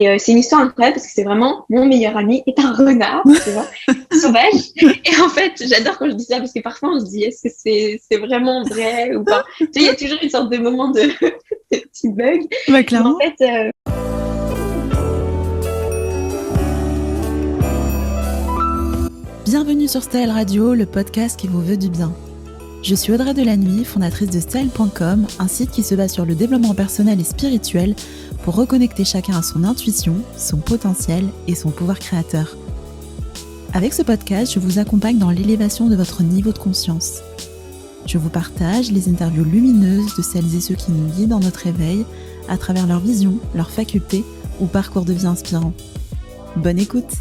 C'est une histoire incroyable parce que c'est vraiment mon meilleur ami est un renard, tu vois, sauvage. Et en fait, j'adore quand je dis ça parce que parfois on se dit est-ce que c'est vraiment vrai ou pas. Tu sais, il y a toujours une sorte de moment de, de petit bug. Bah, Mais en clairement. fait, Bienvenue sur Style Radio, le podcast qui vous veut du bien. Je suis Audrey Delannuy, fondatrice de Style.com, un site qui se base sur le développement personnel et spirituel pour reconnecter chacun à son intuition, son potentiel et son pouvoir créateur. Avec ce podcast, je vous accompagne dans l'élévation de votre niveau de conscience. Je vous partage les interviews lumineuses de celles et ceux qui nous guident dans notre éveil à travers leur vision, leurs facultés ou parcours de vie inspirant. Bonne écoute!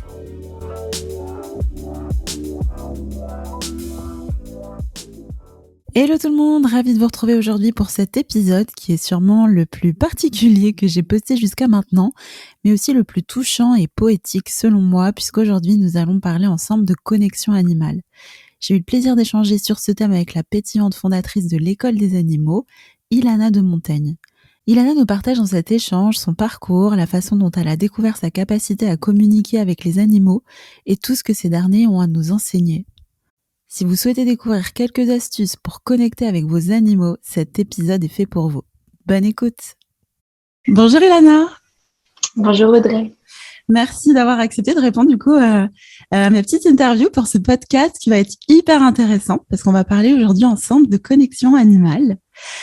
Hello tout le monde, ravie de vous retrouver aujourd'hui pour cet épisode qui est sûrement le plus particulier que j'ai posté jusqu'à maintenant, mais aussi le plus touchant et poétique selon moi, puisqu'aujourd'hui nous allons parler ensemble de connexion animale. J'ai eu le plaisir d'échanger sur ce thème avec la pétillante fondatrice de l'École des animaux, Ilana de Montaigne. Ilana nous partage dans cet échange son parcours, la façon dont elle a découvert sa capacité à communiquer avec les animaux et tout ce que ces derniers ont à nous enseigner. Si vous souhaitez découvrir quelques astuces pour connecter avec vos animaux, cet épisode est fait pour vous. Bonne écoute. Bonjour Ilana. bonjour Audrey. Merci d'avoir accepté de répondre du coup à ma petite interview pour ce podcast qui va être hyper intéressant parce qu'on va parler aujourd'hui ensemble de connexion animale.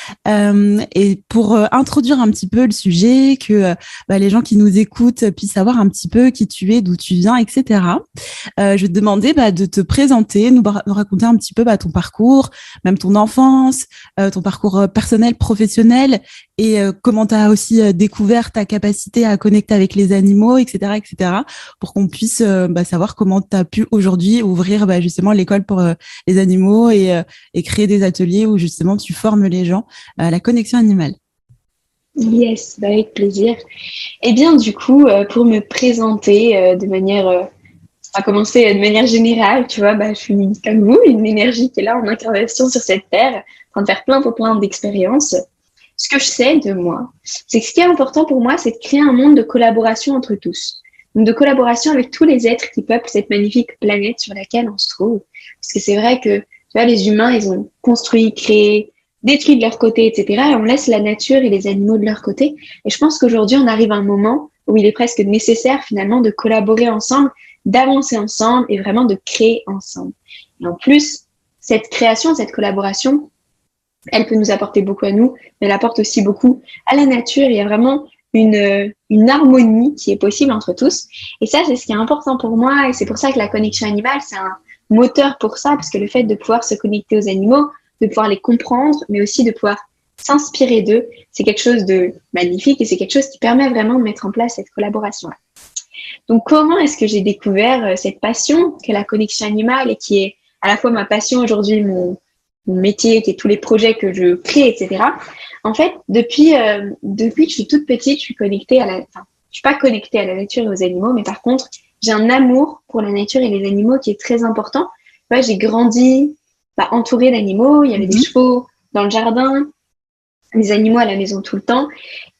Et pour introduire un petit peu le sujet, que les gens qui nous écoutent puissent savoir un petit peu qui tu es, d'où tu viens, etc. Je vais te demander de te présenter, nous raconter un petit peu ton parcours, même ton enfance, ton parcours personnel, professionnel, et comment tu as aussi découvert ta capacité à connecter avec les animaux, etc., pour qu'on puisse savoir comment tu as pu aujourd'hui ouvrir justement l'école pour les animaux et créer des ateliers où justement tu formes les gens à la connexion animale. Yes, avec plaisir. Eh bien, du coup, pour me présenter de manière, à commencer de manière générale, tu vois, je suis comme vous, une énergie qui est là en incarnation sur cette terre, en train de faire plein d'expériences. Ce que je sais de moi, c'est que ce qui est important pour moi, c'est de créer un monde de collaboration entre tous. Donc, de collaboration avec tous les êtres qui peuplent cette magnifique planète sur laquelle on se trouve. Parce que c'est vrai que, tu vois, les humains, ils ont construit, créé, détruit de leur côté, etc. Et on laisse la nature et les animaux de leur côté. Et je pense qu'aujourd'hui, on arrive à un moment où il est presque nécessaire, finalement, de collaborer ensemble, d'avancer ensemble et vraiment de créer ensemble. Et en plus, cette création, cette collaboration, elle peut nous apporter beaucoup à nous, mais elle apporte aussi beaucoup à la nature. Il y a vraiment une harmonie qui est possible entre tous. Et ça, c'est ce qui est important pour moi. Et c'est pour ça que la connexion animale, c'est un moteur pour ça, parce que le fait de pouvoir se connecter aux animaux, de pouvoir les comprendre, mais aussi de pouvoir s'inspirer d'eux, c'est quelque chose de magnifique et c'est quelque chose qui permet vraiment de mettre en place cette collaboration-là. Donc, comment est-ce que j'ai découvert cette passion qu'est la connexion animale et qui est à la fois ma passion aujourd'hui, mon métier, qui est tous les projets que je crée, etc. En fait, depuis que je suis toute petite, je suis connectée je suis pas connectée à la nature et aux animaux, mais par contre, j'ai un amour pour la nature et les animaux qui est très important. Ouais, j'ai grandi entourée d'animaux, il y avait des chevaux dans le jardin, des animaux à la maison tout le temps,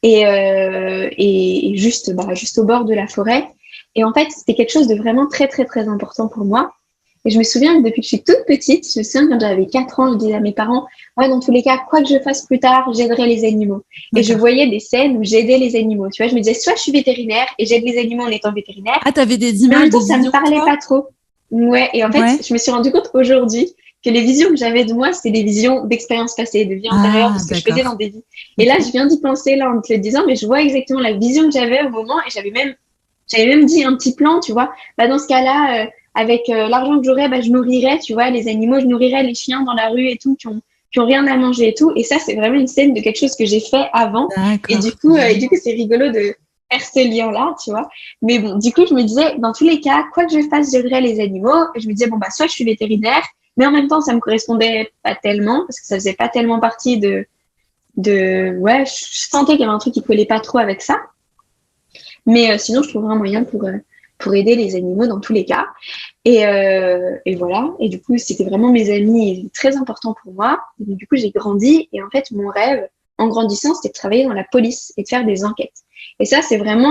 et juste au bord de la forêt. Et en fait, c'était quelque chose de vraiment très important pour moi. Et je me souviens que depuis que je suis toute petite, je me souviens quand j'avais 4 ans, je disais à mes parents, ouais, dans tous les cas, quoi que je fasse plus tard, j'aiderai les animaux. Et je voyais des scènes où j'aidais les animaux. Tu vois, je me disais, soit je suis vétérinaire et j'aide les animaux en étant vétérinaire. Ah, t'avais des Mais en images même temps, de ça me parlait pas trop. Ouais, et en fait, je me suis rendu compte aujourd'hui que les visions que j'avais de moi, c'était des visions d'expériences passées, de vie antérieure, de ce que je faisais dans des vies. Et là, je viens d'y penser, là, en te le disant, mais je vois exactement la vision que j'avais au moment, et j'avais même dit un petit plan, tu vois. Dans ce cas-là, avec l'argent que j'aurais, je nourrirais, tu vois, les animaux, je nourrirais les chiens dans la rue et tout, qui ont rien à manger et tout. Et ça, c'est vraiment une scène de quelque chose que j'ai fait avant. Et du coup, c'est rigolo de faire ce lien-là, tu vois. Mais bon, du coup, je me disais, dans tous les cas, quoi que je fasse, j'aiderais les animaux. Et je me disais, soit je suis vétérinaire, mais en même temps, ça me correspondait pas tellement, parce que ça faisait pas tellement partie ouais, je sentais qu'il y avait un truc qui collait pas trop avec ça. Mais sinon, je trouverais un moyen pour aider les animaux dans tous les cas. Et voilà. Et du coup, c'était vraiment mes amis très important pour moi. Et du coup, j'ai grandi. Et en fait, mon rêve, en grandissant, c'était de travailler dans la police et de faire des enquêtes. Et ça, c'est vraiment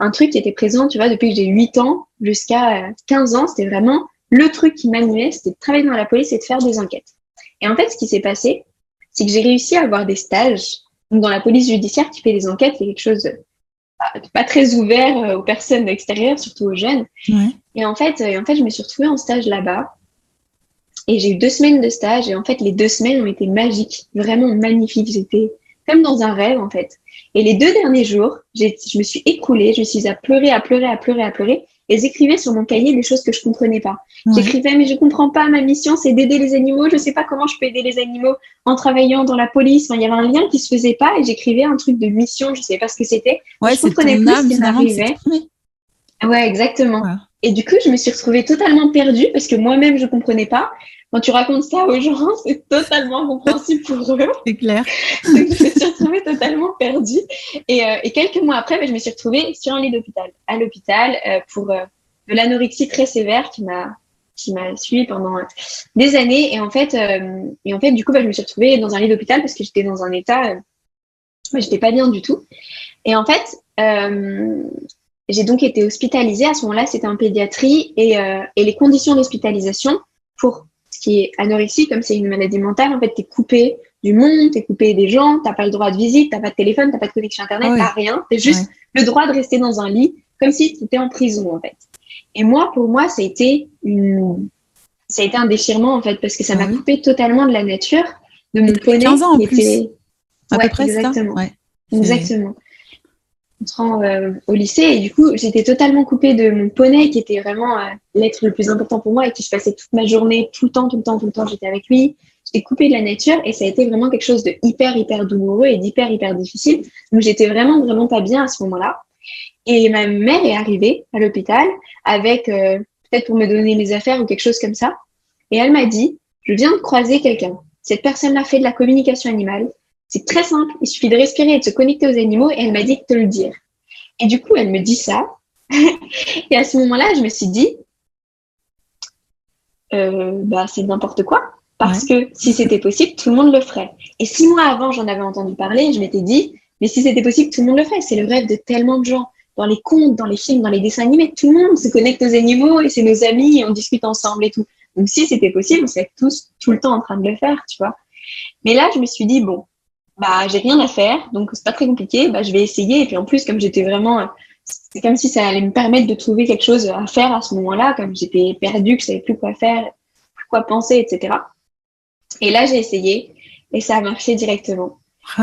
un truc qui était présent, tu vois, depuis que j'ai 8 ans jusqu'à 15 ans. C'était vraiment le truc qui m'animait, c'était de travailler dans la police et de faire des enquêtes. Et en fait, ce qui s'est passé, c'est que j'ai réussi à avoir des stages. Donc, dans la police judiciaire qui fait des enquêtes, c'est quelque chose de pas très ouvert aux personnes extérieures, surtout aux jeunes. Ouais. Et en fait, je me suis retrouvée en stage là-bas. Et j'ai eu 2 semaines de stage. Et en fait, les 2 semaines ont été magiques, vraiment magnifiques. J'étais comme dans un rêve, en fait. Et les 2 derniers jours, je me suis écroulée. Je me suis mise à pleurer. Et j'écrivais sur mon cahier des choses que je comprenais pas. Ouais. J'écrivais, mais je comprends pas, ma mission, c'est d'aider les animaux. Je sais pas comment je peux aider les animaux en travaillant dans la police. Enfin, il y avait un lien qui se faisait pas et j'écrivais un truc de mission. Je savais pas ce que c'était. Ouais, Je comprenais ton plus âme, ce qui finalement, qui m'arrivait. s'exprimait. Ouais, exactement. Ouais. Et du coup, je me suis retrouvée totalement perdue parce que moi-même, je comprenais pas. Quand tu racontes ça aux gens, c'est totalement compréhensible pour eux. C'est clair. Donc, je me suis retrouvée totalement perdue. Et quelques mois après, je me suis retrouvée sur un lit d'hôpital, à l'hôpital, pour de l'anorexie très sévère qui m'a suivi pendant des années. Et en fait, du coup, je me suis retrouvée dans un lit d'hôpital parce que j'étais dans un état, j'étais pas bien du tout. Et en fait, j'ai donc été hospitalisée. À ce moment-là, c'était en pédiatrie et les conditions d'hospitalisation pour ce qui est anorexie, comme c'est une maladie mentale, en fait, t'es coupé du monde, t'es coupé des gens, t'as pas le droit de visite, t'as pas de téléphone, t'as pas de connexion internet, t'as rien. T'as juste le droit de rester dans un lit, comme si t'étais en prison, en fait. Et moi, pour moi, ça a été un déchirement, en fait, parce que ça m'a coupé totalement de la nature, de mon poney. 15 ans en plus. Était... À peu près, exactement. Ça. Ouais. Exactement. Entrant au lycée, et du coup, j'étais totalement coupée de mon poney, qui était vraiment l'être le plus important pour moi, et qui je passais toute ma journée, tout le temps, j'étais avec lui. J'étais coupée de la nature, et ça a été vraiment quelque chose de hyper douloureux et hyper difficile. Donc, j'étais vraiment pas bien à ce moment-là. Et ma mère est arrivée à l'hôpital avec, peut-être pour me donner mes affaires ou quelque chose comme ça. Et elle m'a dit, je viens de croiser quelqu'un. Cette personne-là fait de la communication animale. C'est très simple. Il suffit de respirer et de se connecter aux animaux. Et elle m'a dit de te le dire. Et du coup, elle me dit ça. Et à ce moment-là, je me suis dit, c'est n'importe quoi. Parce que si c'était possible, tout le monde le ferait. Et 6 mois avant, j'en avais entendu parler. Je m'étais dit, mais si c'était possible, tout le monde le ferait. C'est le rêve de tellement de gens. Dans les contes, dans les films, dans les dessins animés, tout le monde se connecte aux animaux et c'est nos amis et on discute ensemble et tout. Donc, si c'était possible, on serait tous tout le temps en train de le faire, tu vois. Mais là, je me suis dit, bon, j'ai rien à faire, donc c'est pas très compliqué, je vais essayer. Et puis en plus, comme j'étais vraiment, c'est comme si ça allait me permettre de trouver quelque chose à faire à ce moment-là, comme j'étais perdue, que je savais plus quoi faire, plus quoi penser, etc. Et là, j'ai essayé et ça a marché directement.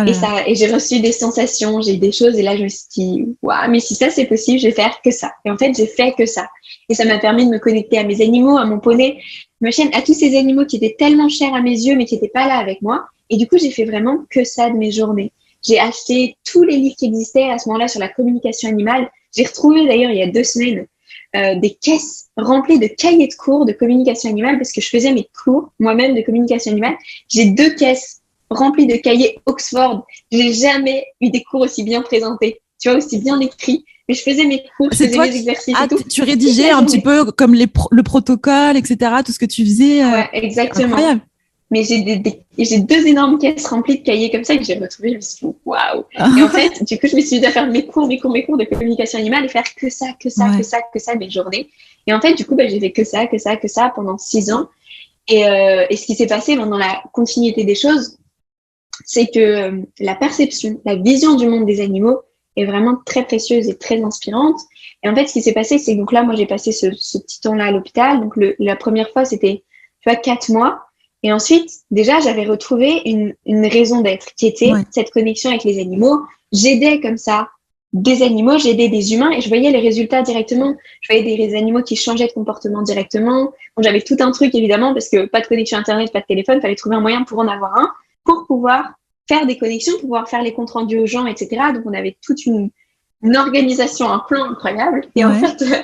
Et j'ai reçu des sensations, j'ai eu des choses, et là, je me suis dit, waouh, mais si ça c'est possible, je vais faire que ça. Et en fait, j'ai fait que ça. Et ça m'a permis de me connecter à mes animaux, à mon poney, ma chienne, à tous ces animaux qui étaient tellement chers à mes yeux, mais qui n'étaient pas là avec moi. Et du coup, j'ai fait vraiment que ça de mes journées. J'ai acheté tous les livres qui existaient à ce moment-là sur la communication animale. J'ai retrouvé d'ailleurs il y a 2 semaines des caisses remplies de cahiers de cours de communication animale parce que je faisais mes cours moi-même de communication animale. J'ai 2 caisses remplies de cahiers Oxford. J'ai jamais eu des cours aussi bien présentés, tu vois, aussi bien écrits. Mais je faisais mes cours, je faisais mes exercices et tout. Tu rédigeais un petit peu comme le protocole, etc., tout ce que tu faisais. Ouais, exactement. Incroyable. Mais j'ai 2 énormes caisses remplies de cahiers comme ça que j'ai retrouvées. Je me suis dit, waouh! Et en fait, du coup, je me suis dit à faire mes cours de communication animale et faire que ça de mes journées. Et en fait, du coup, j'ai fait que ça pendant 6 ans. Et ce qui s'est passé dans la continuité des choses, c'est que la perception, la vision du monde des animaux est vraiment très précieuse et très inspirante. Et en fait, ce qui s'est passé, c'est que donc là, moi, j'ai passé ce petit temps-là à l'hôpital. Donc, la première fois, c'était, 4 mois. Et ensuite, déjà, j'avais retrouvé une raison d'être qui était cette connexion avec les animaux. J'aidais comme ça des animaux, j'aidais des humains et je voyais les résultats directement. Je voyais des animaux qui changeaient de comportement directement. Bon, j'avais tout un truc, évidemment, parce que pas de connexion Internet, pas de téléphone, fallait trouver un moyen pour en avoir un, pour pouvoir faire des connexions, pouvoir faire les comptes rendus aux gens, etc. Donc, on avait toute une organisation, un plan incroyable. Et en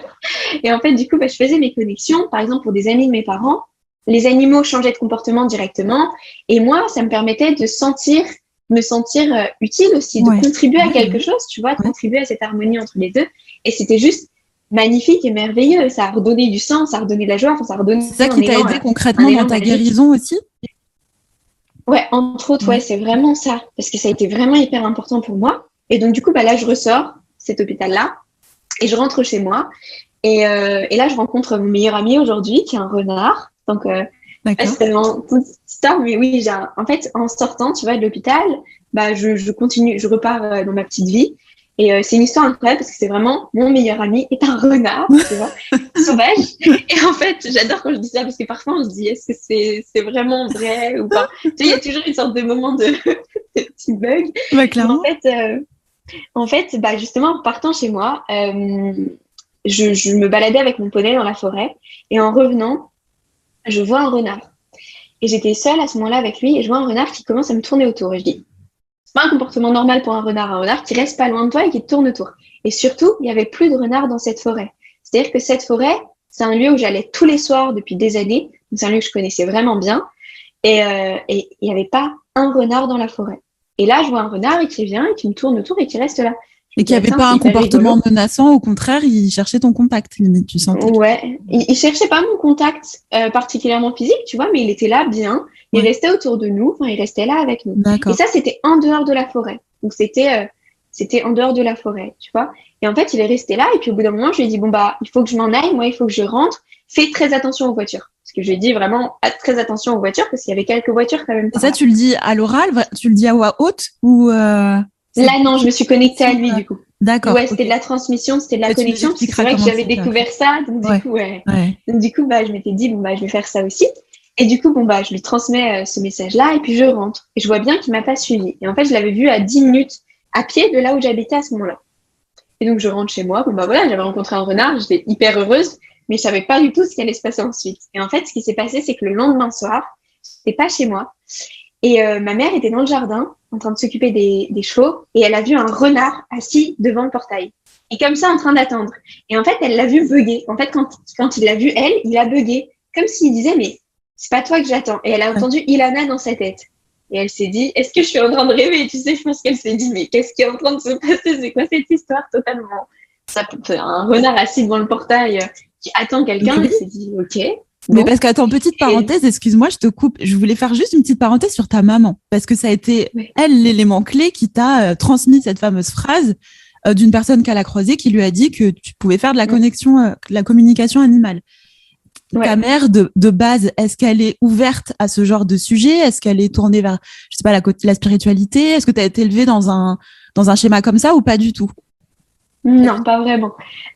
fait, du coup, je faisais mes connexions. Par exemple, pour des amis de mes parents, les animaux changeaient de comportement directement. Et moi, ça me permettait de me sentir utile aussi, de contribuer à quelque chose, tu vois, de contribuer à cette harmonie entre les deux. Et c'était juste magnifique et merveilleux. Ça a redonné du sens, ça a redonné de la joie, ça a redonné. C'est ça qui t'a aidé concrètement dans ta guérison aussi? Ouais, entre autres, c'est vraiment ça. Parce que ça a été vraiment hyper important pour moi. Et donc, du coup, là, je ressors cet hôpital-là. Et je rentre chez moi. Et là, je rencontre mon meilleur ami aujourd'hui, qui est un renard. Donc, c'est tellement toute histoire, mais oui, en fait, en sortant, tu vois, de l'hôpital, bah, je continue, je repars dans ma petite vie. Et c'est une histoire incroyable parce que c'est vraiment mon meilleur ami est un renard, tu vois, sauvage. Et en fait, j'adore quand je dis ça parce que parfois on se dit est-ce que c'est vraiment vrai ou pas. Tu sais, il y a toujours une sorte de moment de petit bug. Ouais, clairement. En fait, bah, justement, en partant chez moi, je me baladais avec mon poney dans la forêt et en revenant, je vois un renard. Et j'étais seule à ce moment-là avec lui et je vois un renard qui commence à me tourner autour. Et je dis, c'est pas un comportement normal pour un renard qui reste pas loin de toi et qui te tourne autour. Et surtout, il y avait plus de renards dans cette forêt. C'est-à-dire que cette forêt, c'est un lieu où j'allais tous les soirs depuis des années. Donc c'est un lieu que je connaissais vraiment bien. Et il y avait pas un renard dans la forêt. Et là, je vois un renard et qui vient et qui me tourne autour et qui reste là. Et qui n'avait pas un comportement menaçant, au contraire, il cherchait ton contact, limite, tu sentais. Ouais, il cherchait pas mon contact particulièrement physique, tu vois, mais il était là bien, il restait autour de nous, enfin, il restait là avec nous. D'accord. Et ça, c'était en dehors de la forêt. Donc, c'était en dehors de la forêt, tu vois. Et en fait, il est resté là, et puis au bout d'un moment, je lui ai dit, bon, bah, il faut que je m'en aille, moi, il faut que je rentre, fais très attention aux voitures. Parce que je lui ai dit vraiment, très attention aux voitures, parce qu'il y avait quelques voitures quand même. Et ça, tu le dis à l'oral, tu le dis à voix haute, ou Là, non, je me suis connectée à lui, du coup. D'accord. Ouais, c'était de la transmission, c'était de la connexion, parce que c'est vrai que j'avais découvert ça, donc du coup, Donc du coup, bah, je m'étais dit, bon, bah, je vais faire ça aussi. Et du coup, bon, bah, je lui transmets ce message-là, et puis je rentre. Et je vois bien qu'il m'a pas suivi. Et en fait, je l'avais vu à 10 minutes à pied de là où j'habitais à ce moment-là. Et donc, je rentre chez moi. Bon, bah voilà, j'avais rencontré un renard, j'étais hyper heureuse, mais je savais pas du tout ce qui allait se passer ensuite. Et en fait, ce qui s'est passé, c'est que le lendemain soir, j'étais pas chez moi. Et ma mère était dans le jardin, en train de s'occuper des chevaux, et elle a vu un renard assis devant le portail. Et comme ça, en train d'attendre. Et en fait, elle l'a vu bugger. En fait, quand il l'a vu, elle, il a bugué. Comme s'il disait, mais c'est pas toi que j'attends. Et elle a entendu Ilana dans sa tête. Et elle s'est dit, est-ce que je suis en train de rêver? Tu sais, je pense qu'elle s'est dit, mais qu'est-ce qui est en train de se passer? C'est quoi cette histoire totalement? Un renard assis devant le portail qui attend quelqu'un. Elle s'est dit, ok. Mais parce qu'attends, petite parenthèse, excuse-moi, je te coupe. Je voulais faire juste une petite parenthèse sur ta maman. Parce que ça a été, elle, l'élément clé qui t'a transmis cette fameuse phrase d'une personne qu'elle a croisée qui lui a dit que tu pouvais faire de la connexion, de la communication animale. Ta mère, de base, est-ce qu'elle est ouverte à ce genre de sujet? Est-ce qu'elle est tournée vers, je sais pas, la spiritualité? Est-ce que tu as été élevée dans un schéma comme ça ou pas du tout? Non, pas vraiment.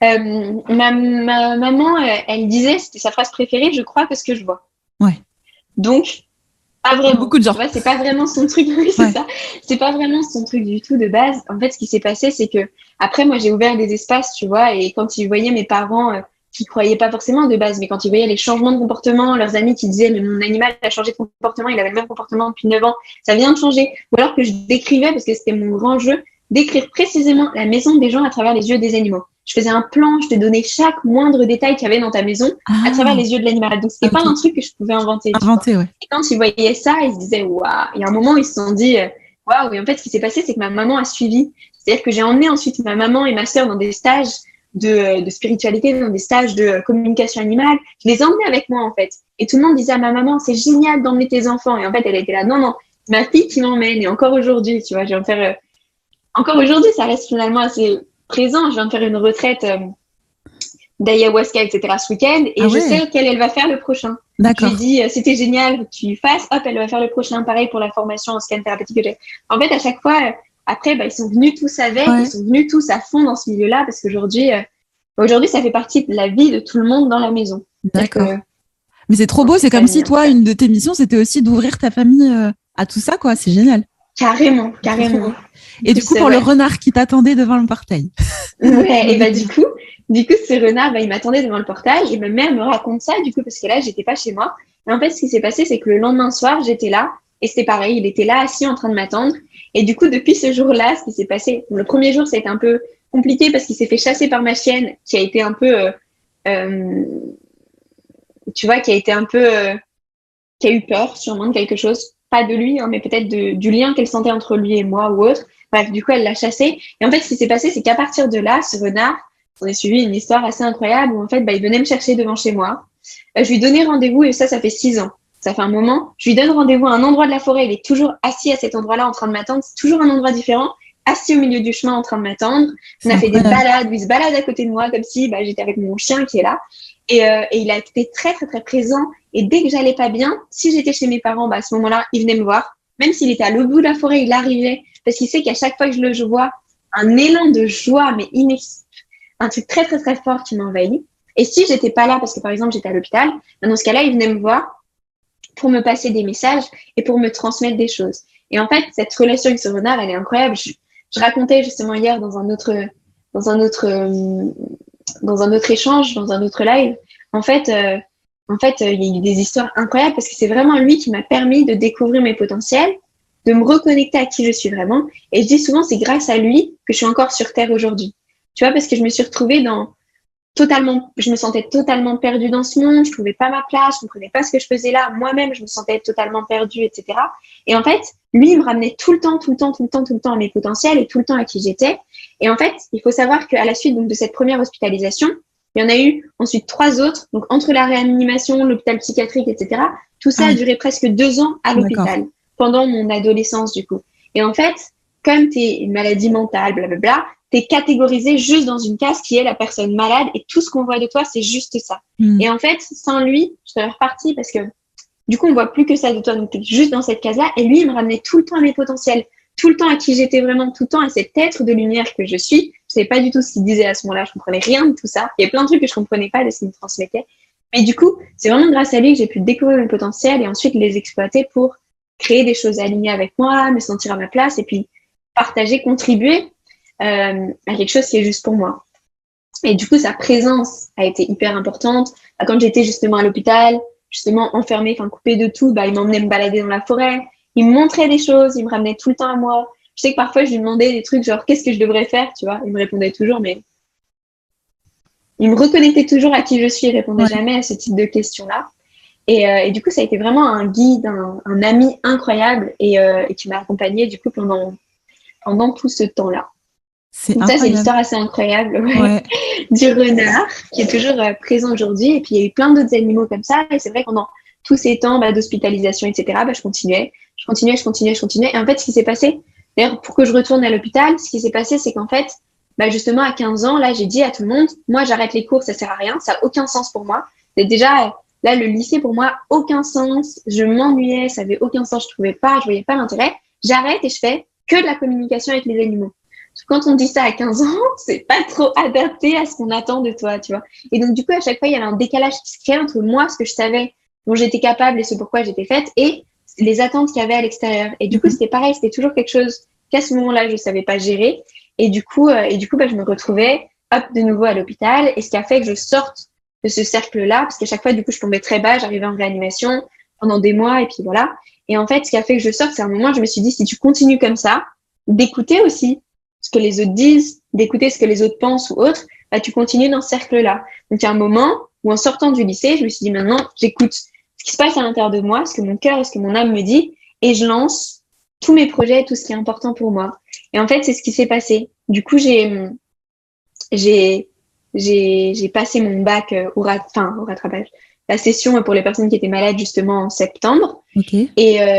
Ma maman, elle disait, c'était sa phrase préférée, je crois que ce que je vois. Ouais. Donc, pas vraiment. Beaucoup de gens. Tu vois, c'est pas vraiment son truc. Oui, c'est ça. C'est pas vraiment son truc du tout de base. En fait, ce qui s'est passé, c'est que après, moi, j'ai ouvert des espaces, tu vois, et quand ils voyaient mes parents qui croyaient pas forcément de base, mais quand ils voyaient les changements de comportement, leurs amis qui disaient, mais mon animal a changé de comportement, il avait le même comportement depuis 9 ans, ça vient de changer. Ou alors que je décrivais, parce que c'était mon grand jeu, d'écrire précisément la maison des gens à travers les yeux des animaux. Je faisais un plan, je te donnais chaque moindre détail qu'il y avait dans ta maison à travers les yeux de l'animal. Donc, c'était pas un truc que je pouvais inventer. Ouais. Et quand ils voyaient ça, ils se disaient, waouh. Il y a un moment, ils se sont dit, waouh. Et en fait, ce qui s'est passé, c'est que ma maman a suivi. C'est-à-dire que j'ai emmené ensuite ma maman et ma sœur dans des stages de spiritualité, dans des stages de communication animale. Je les emmenais avec moi, en fait. Et tout le monde disait à ma maman, c'est génial d'emmener tes enfants. Et en fait, elle était là, non, non, ma fille qui m'emmène. Et encore aujourd'hui, tu vois, je vais en faire... Encore aujourd'hui, ça reste finalement assez présent. Je viens de faire une retraite d'ayahuasca, etc. ce week-end et je sais qu'elle va faire le prochain. D'accord. Je lui ai dit, c'était génial que tu fasses. Hop, elle va faire le prochain. Pareil pour la formation en scan thérapeutique que j'ai. En fait, à chaque fois, après, ils sont venus tous avec, ils sont venus tous à fond dans ce milieu-là parce qu'aujourd'hui, ça fait partie de la vie de tout le monde dans la maison. D'accord. Mais c'est trop beau. C'est comme si toi, une de tes missions, c'était aussi d'ouvrir ta famille à tout ça, quoi. C'est génial. Carrément. Et du coup, pour le renard qui t'attendait devant le portail. Ouais, et bah du coup, ce renard, il m'attendait devant le portail et ma mère me raconte ça, du coup, parce que là, j'étais pas chez moi. Et en fait, ce qui s'est passé, c'est que le lendemain soir, j'étais là et c'était pareil, il était là assis en train de m'attendre. Et du coup, depuis ce jour-là, ce qui s'est passé, le premier jour, ça a été un peu compliqué parce qu'il s'est fait chasser par ma chienne qui a été un peu, tu vois, qui a eu peur sûrement de quelque chose. Pas de lui, hein, mais peut-être du lien qu'elle sentait entre lui et moi ou autre. Bref, du coup, elle l'a chassé. Et en fait, ce qui s'est passé, c'est qu'à partir de là, ce renard, on a suivi une histoire assez incroyable où en fait, il venait me chercher devant chez moi. Je lui donnais rendez-vous et ça fait 6 ans. Ça fait un moment. Je lui donne rendez-vous à un endroit de la forêt. Il est toujours assis à cet endroit-là en train de m'attendre. C'est toujours un endroit différent. assis au milieu du chemin en train de m'attendre. On a fait des balades, il se balade à côté de moi comme si j'étais avec mon chien qui est là. Et il a été très, très, très présent. Et dès que j'allais pas bien, si j'étais chez mes parents, à ce moment-là, il venait me voir. Même s'il était à l'autre bout de la forêt, il arrivait. Parce qu'il sait qu'à chaque fois que je vois, un élan de joie, mais un truc très, très, très fort qui m'envahit. Et si j'étais pas là, parce que par exemple, j'étais à l'hôpital, dans ce cas-là, il venait me voir pour me passer des messages et pour me transmettre des choses. Et en fait, cette relation avec ce renard, elle est incroyable. Je racontais justement hier dans un autre échange, dans un autre live. En fait, il y a eu des histoires incroyables parce que c'est vraiment lui qui m'a permis de découvrir mes potentiels, de me reconnecter à qui je suis vraiment. Et je dis souvent, c'est grâce à lui que je suis encore sur Terre aujourd'hui. Tu vois, parce que je me suis retrouvée je me sentais totalement perdue dans ce monde, je trouvais pas ma place, je comprenais pas ce que je faisais là, moi-même je me sentais totalement perdue, etc. Et en fait, lui, il me ramenait tout le temps à mes potentiels et tout le temps à qui j'étais. Et en fait, il faut savoir qu'à la suite donc, de cette première hospitalisation, il y en a eu ensuite 3 autres, donc entre la réanimation, l'hôpital psychiatrique, etc. Tout ça a duré presque 2 ans à l'hôpital, pendant mon adolescence du coup. Et en fait, comme tu es une maladie mentale, blablabla, t'es catégorisé juste dans une case qui est la personne malade et tout ce qu'on voit de toi, c'est juste ça. Et en fait, sans lui, je serais repartie parce que du coup, on voit plus que ça de toi. Donc, t'es juste dans cette case-là. Et lui, il me ramenait tout le temps à mes potentiels, tout le temps à qui j'étais vraiment, tout le temps à cet être de lumière que je suis. Je savais pas du tout ce qu'il disait à ce moment-là. Je comprenais rien de tout ça. Il y a plein de trucs que je comprenais pas de ce qu'il me transmettait. Mais du coup, c'est vraiment grâce à lui que j'ai pu découvrir mes potentiels et ensuite les exploiter pour créer des choses alignées avec moi, me sentir à ma place et puis partager, contribuer à quelque chose qui est juste pour moi. Et du coup, sa présence a été hyper importante. Quand j'étais justement à l'hôpital, justement enfermée, coupée de tout, il m'emmenait me balader dans la forêt. Il me montrait des choses, il me ramenait tout le temps à moi. Je sais que parfois, je lui demandais des trucs genre, qu'est-ce que je devrais faire, tu vois. Il me répondait toujours, mais il me reconnectait toujours à qui je suis. Il répondait jamais à ce type de questions-là. Et du coup, ça a été vraiment un guide, un ami incroyable et qui m'a accompagnée du coup pendant tout ce temps-là. Donc ça, c'est l'histoire assez incroyable du renard qui est toujours présent aujourd'hui. Et puis, il y a eu plein d'autres animaux comme ça. Et c'est vrai que pendant tous ces temps d'hospitalisation, etc., je continuais. Et en fait, ce qui s'est passé, d'ailleurs, pour que je retourne à l'hôpital, ce qui s'est passé, c'est qu'en fait, justement, à 15 ans, là, j'ai dit à tout le monde, moi, j'arrête les cours, ça sert à rien, ça n'a aucun sens pour moi. Et déjà, là, le lycée, pour moi, aucun sens. Je m'ennuyais, ça n'avait aucun sens, je voyais pas l'intérêt. J'arrête et je fais que de la communication avec les animaux. Quand on dit ça à 15 ans, c'est pas trop adapté à ce qu'on attend de toi, tu vois. Et donc, du coup, à chaque fois, il y avait un décalage qui se créait entre moi, ce que je savais, dont j'étais capable et ce pourquoi j'étais faite, et les attentes qu'il y avait à l'extérieur. Et du coup, c'était pareil, c'était toujours quelque chose qu'à ce moment-là, je savais pas gérer. Et du coup, je me retrouvais, de nouveau à l'hôpital. Et ce qui a fait que je sorte de ce cercle-là, parce qu'à chaque fois, du coup, je tombais très bas, j'arrivais en réanimation pendant des mois, et puis voilà. Et en fait, ce qui a fait que je sorte, c'est un moment, je me suis dit, si tu continues comme ça, d'écouter aussi ce que les autres disent, d'écouter ce que les autres pensent ou autres, tu continues dans ce cercle-là. Donc, il y a un moment où, en sortant du lycée, je me suis dit, maintenant, j'écoute ce qui se passe à l'intérieur de moi, ce que mon cœur et ce que mon âme me dit, et je lance tous mes projets, tout ce qui est important pour moi. Et en fait, c'est ce qui s'est passé. Du coup, j'ai passé mon bac au rattrapage, la session pour les personnes qui étaient malades justement en septembre. Okay.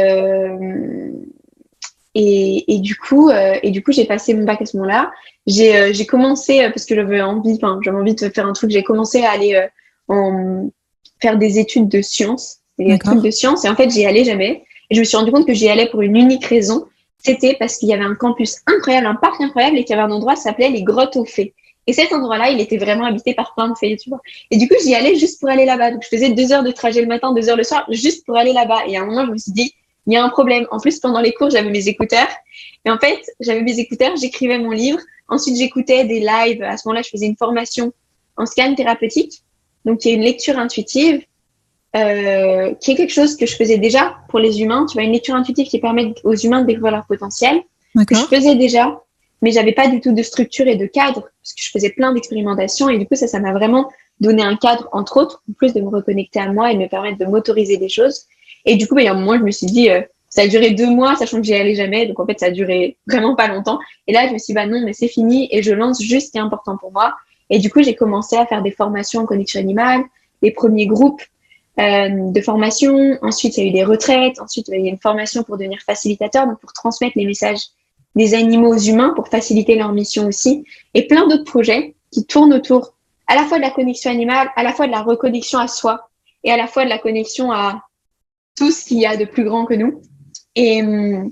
Et du coup, j'ai passé mon bac à ce moment-là. J'ai commencé parce que j'avais envie de faire un truc. J'ai commencé à aller faire des études de sciences, des trucs de sciences. Et en fait, j'y allais jamais. Et je me suis rendu compte que j'y allais pour une unique raison. C'était parce qu'il y avait un campus incroyable, un parc incroyable, et qu'il y avait un endroit qui s'appelait les Grottes aux Fées. Et cet endroit-là, il était vraiment habité par plein de fées, tu vois. Et du coup, j'y allais juste pour aller là-bas. Donc, je faisais 2 heures de trajet le matin, 2 heures le soir, juste pour aller là-bas. Et à un moment, je me suis dit, il y a un problème. En plus, pendant les cours, j'avais mes écouteurs. Et en fait, j'avais mes écouteurs, j'écrivais mon livre. Ensuite, j'écoutais des lives. À ce moment-là, je faisais une formation en scan thérapeutique. Donc, il y a une lecture intuitive, qui est quelque chose que je faisais déjà pour les humains. Tu vois, une lecture intuitive qui permet aux humains de découvrir leur potentiel. Que je faisais déjà, mais j'avais pas du tout de structure et de cadre, parce que je faisais plein d'expérimentations. Et du coup, ça m'a vraiment donné un cadre, entre autres, en plus de me reconnecter à moi et de me permettre de m'autoriser des choses. Et du coup, il y a un moment, je me suis dit, ça a duré 2 mois, sachant que j'y allais jamais. Donc, en fait, ça a duré vraiment pas longtemps. Et là, je me suis dit, non, mais c'est fini. Et je lance juste ce qui est important pour moi. Et du coup, j'ai commencé à faire des formations en connexion animale, les premiers groupes de formation. Ensuite, il y a eu des retraites. Ensuite, il y a eu une formation pour devenir facilitateur, donc pour transmettre les messages des animaux aux humains pour faciliter leur mission aussi, et plein d'autres projets qui tournent autour à la fois de la connexion animale, à la fois de la reconnexion à soi, et à la fois de la connexion à tout ce qu'il y a de plus grand que nous. Et,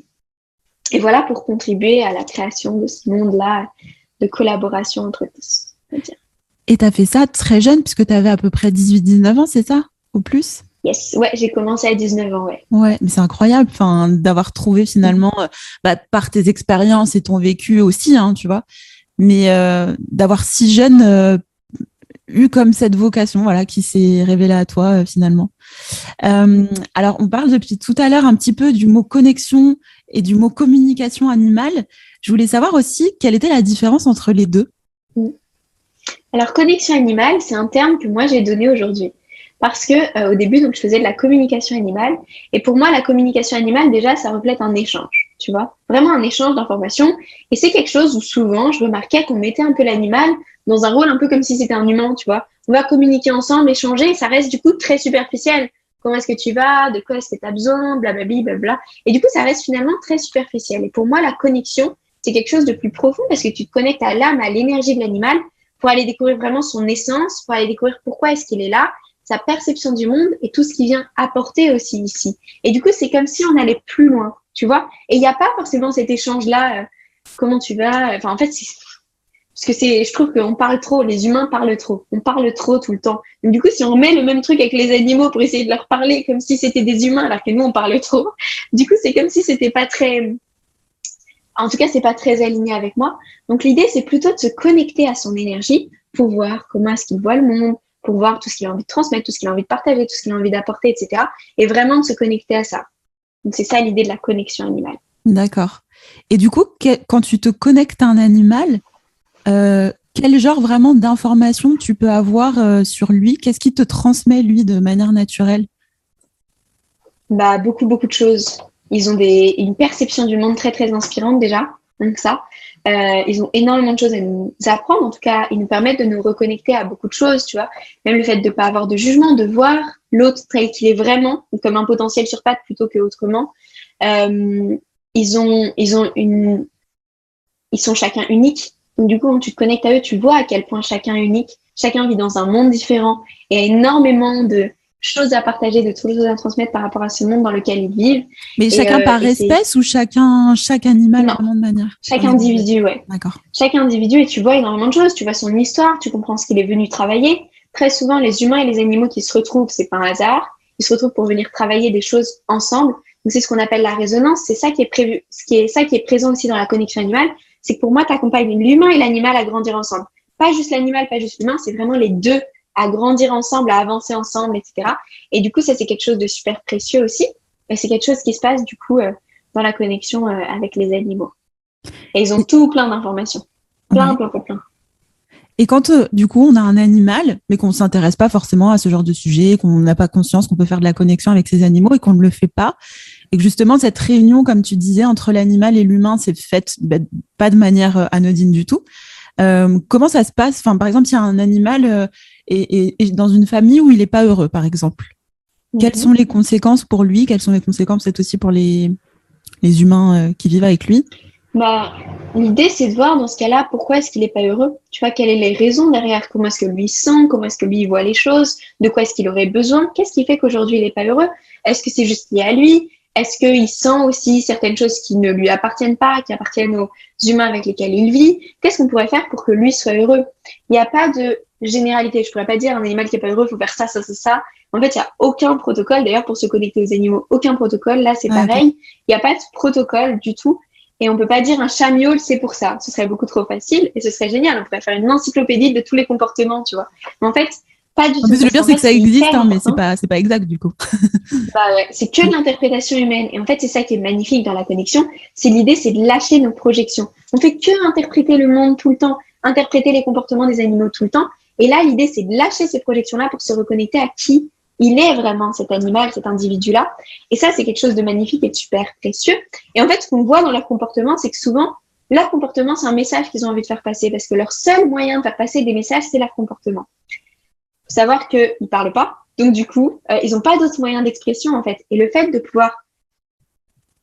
et voilà, pour contribuer à la création de ce monde-là, de collaboration entre tous, on va dire. Et tu as fait ça très jeune, puisque tu avais à peu près 18-19 ans, c'est ça? Ou plus? Yes, ouais, j'ai commencé à 19 ans, ouais. Ouais, mais c'est incroyable, enfin, d'avoir trouvé finalement, par tes expériences et ton vécu aussi, hein, tu vois, mais d'avoir si jeune eu comme cette vocation, voilà, qui s'est révélée à toi finalement. Alors, on parle depuis tout à l'heure un petit peu du mot connexion et du mot communication animale. Je voulais savoir aussi quelle était la différence entre les deux. Alors, connexion animale, c'est un terme que moi j'ai donné aujourd'hui. Parce que au début, donc, je faisais de la communication animale. Et pour moi, la communication animale, déjà, ça reflète un échange, tu vois. Vraiment un échange d'informations. Et c'est quelque chose où souvent, je remarquais qu'on mettait un peu l'animal dans un rôle un peu comme si c'était un humain, tu vois. On va communiquer ensemble, échanger, et ça reste du coup très superficiel. Comment est-ce que tu vas? De quoi est-ce que tu as besoin? Blablabla, blabla. Et du coup, ça reste finalement très superficiel. Et pour moi, la connexion, c'est quelque chose de plus profond parce que tu te connectes à l'âme, à l'énergie de l'animal pour aller découvrir vraiment son essence, pour aller découvrir pourquoi est-ce qu'il est là, sa perception du monde et tout ce qu'il vient apporter aussi ici. Et du coup, c'est comme si on allait plus loin, tu vois. Et il n'y a pas forcément cet échange-là, comment tu vas. Enfin, en fait, parce que je trouve qu'on parle trop, les humains parlent trop. On parle trop tout le temps. Donc, du coup, si on met le même truc avec les animaux pour essayer de leur parler comme si c'était des humains alors que nous, on parle trop, du coup, c'est comme si c'était pas très, en tout cas, c'est pas très aligné avec moi. Donc, l'idée, c'est plutôt de se connecter à son énergie pour voir comment est-ce qu'il voit le monde, pour voir tout ce qu'il a envie de transmettre, tout ce qu'il a envie de partager, tout ce qu'il a envie d'apporter, etc. Et vraiment de se connecter à ça. Donc, c'est ça l'idée de la connexion animale. D'accord. Et du coup, quand tu te connectes à un animal, quel genre vraiment d'informations tu peux avoir sur lui? Qu'est-ce qui te transmet, lui, de manière naturelle? Bah, beaucoup, beaucoup de choses. Ils ont une perception du monde très, très inspirante déjà. Donc ça, ils ont énormément de choses à nous apprendre. En tout cas, ils nous permettent de nous reconnecter à beaucoup de choses, tu vois. Même le fait de ne pas avoir de jugement, de voir l'autre tel qu'il est vraiment, comme un potentiel sur pattes plutôt que autrement. Ils sont chacun uniques. Donc du coup, quand tu te connectes à eux, tu vois à quel point chacun est unique. Chacun vit dans un monde différent et a énormément de choses à partager, de choses à transmettre par rapport à ce monde dans lequel ils vivent. Mais chacun par espèce ou chaque animal non, vraiment de manière? Chaque individu, ouais. D'accord. Chaque individu, et tu vois énormément de choses. Tu vois son histoire, tu comprends ce qu'il est venu travailler. Très souvent, les humains et les animaux qui se retrouvent, c'est pas un hasard. Ils se retrouvent pour venir travailler des choses ensemble. Donc c'est ce qu'on appelle la résonance. C'est ça qui est prévu, ça qui est présent aussi dans la connexion animale. C'est que pour moi, tu accompagnes l'humain et l'animal à grandir ensemble. Pas juste l'animal, pas juste l'humain, c'est vraiment les deux à grandir ensemble, à avancer ensemble, etc. Et du coup, ça, c'est quelque chose de super précieux aussi. Et c'est quelque chose qui se passe, du coup, dans la connexion avec les animaux. Et ils ont tout plein d'informations. Plein. Et quand, du coup, on a un animal, mais qu'on ne s'intéresse pas forcément à ce genre de sujet, qu'on n'a pas conscience qu'on peut faire de la connexion avec ces animaux et qu'on ne le fait pas, et que justement, cette réunion, comme tu disais, entre l'animal et l'humain, c'est faite pas de manière anodine du tout. Comment ça se passe? Enfin, par exemple, il y a un animal et dans une famille où il n'est pas heureux, par exemple. Quelles sont les conséquences pour lui? Quelles sont les conséquences peut-être aussi pour les humains qui vivent avec lui? Bah, l'idée, c'est de voir dans ce cas-là pourquoi est-ce qu'il n'est pas heureux. Tu vois, quelles sont les raisons derrière? Comment est-ce que lui sent? Comment est-ce que lui voit les choses? De quoi est-ce qu'il aurait besoin? Qu'est-ce qui fait qu'aujourd'hui il n'est pas heureux? Est-ce que c'est juste lié à lui? Est-ce qu'il sent aussi certaines choses qui ne lui appartiennent pas, qui appartiennent aux humains avec lesquels il vit? Qu'est-ce qu'on pourrait faire pour que lui soit heureux? Il n'y a pas de généralité. Je pourrais pas dire un animal qui n'est pas heureux, il faut faire ça, ça, ça, ça. En fait, il n'y a aucun protocole. D'ailleurs, pour se connecter aux animaux, aucun protocole. Là, c'est pareil. Il n'y a pas de protocole du tout. Et on peut pas dire un chat miaule, c'est pour ça. Ce serait beaucoup trop facile et ce serait génial. On pourrait faire une encyclopédie de tous les comportements, tu vois. Mais en fait, pas du tout. Le pire, c'est que ça existe, hein, mais c'est pas exact, du coup. Bah ouais, c'est que de l'interprétation humaine. Et en fait, c'est ça qui est magnifique dans la connexion. C'est l'idée, c'est de lâcher nos projections. On fait que interpréter le monde tout le temps, interpréter les comportements des animaux tout le temps. Et là, l'idée, c'est de lâcher ces projections-là pour se reconnecter à qui il est vraiment, cet animal, cet individu-là. Et ça, c'est quelque chose de magnifique et de super précieux. Et en fait, ce qu'on voit dans leur comportement, c'est que souvent, leur comportement, c'est un message qu'ils ont envie de faire passer parce que leur seul moyen de faire passer des messages, c'est leur comportement. Faut savoir qu'ils ne parlent pas. Donc, du coup, ils n'ont pas d'autres moyens d'expression, en fait. Et le fait de pouvoir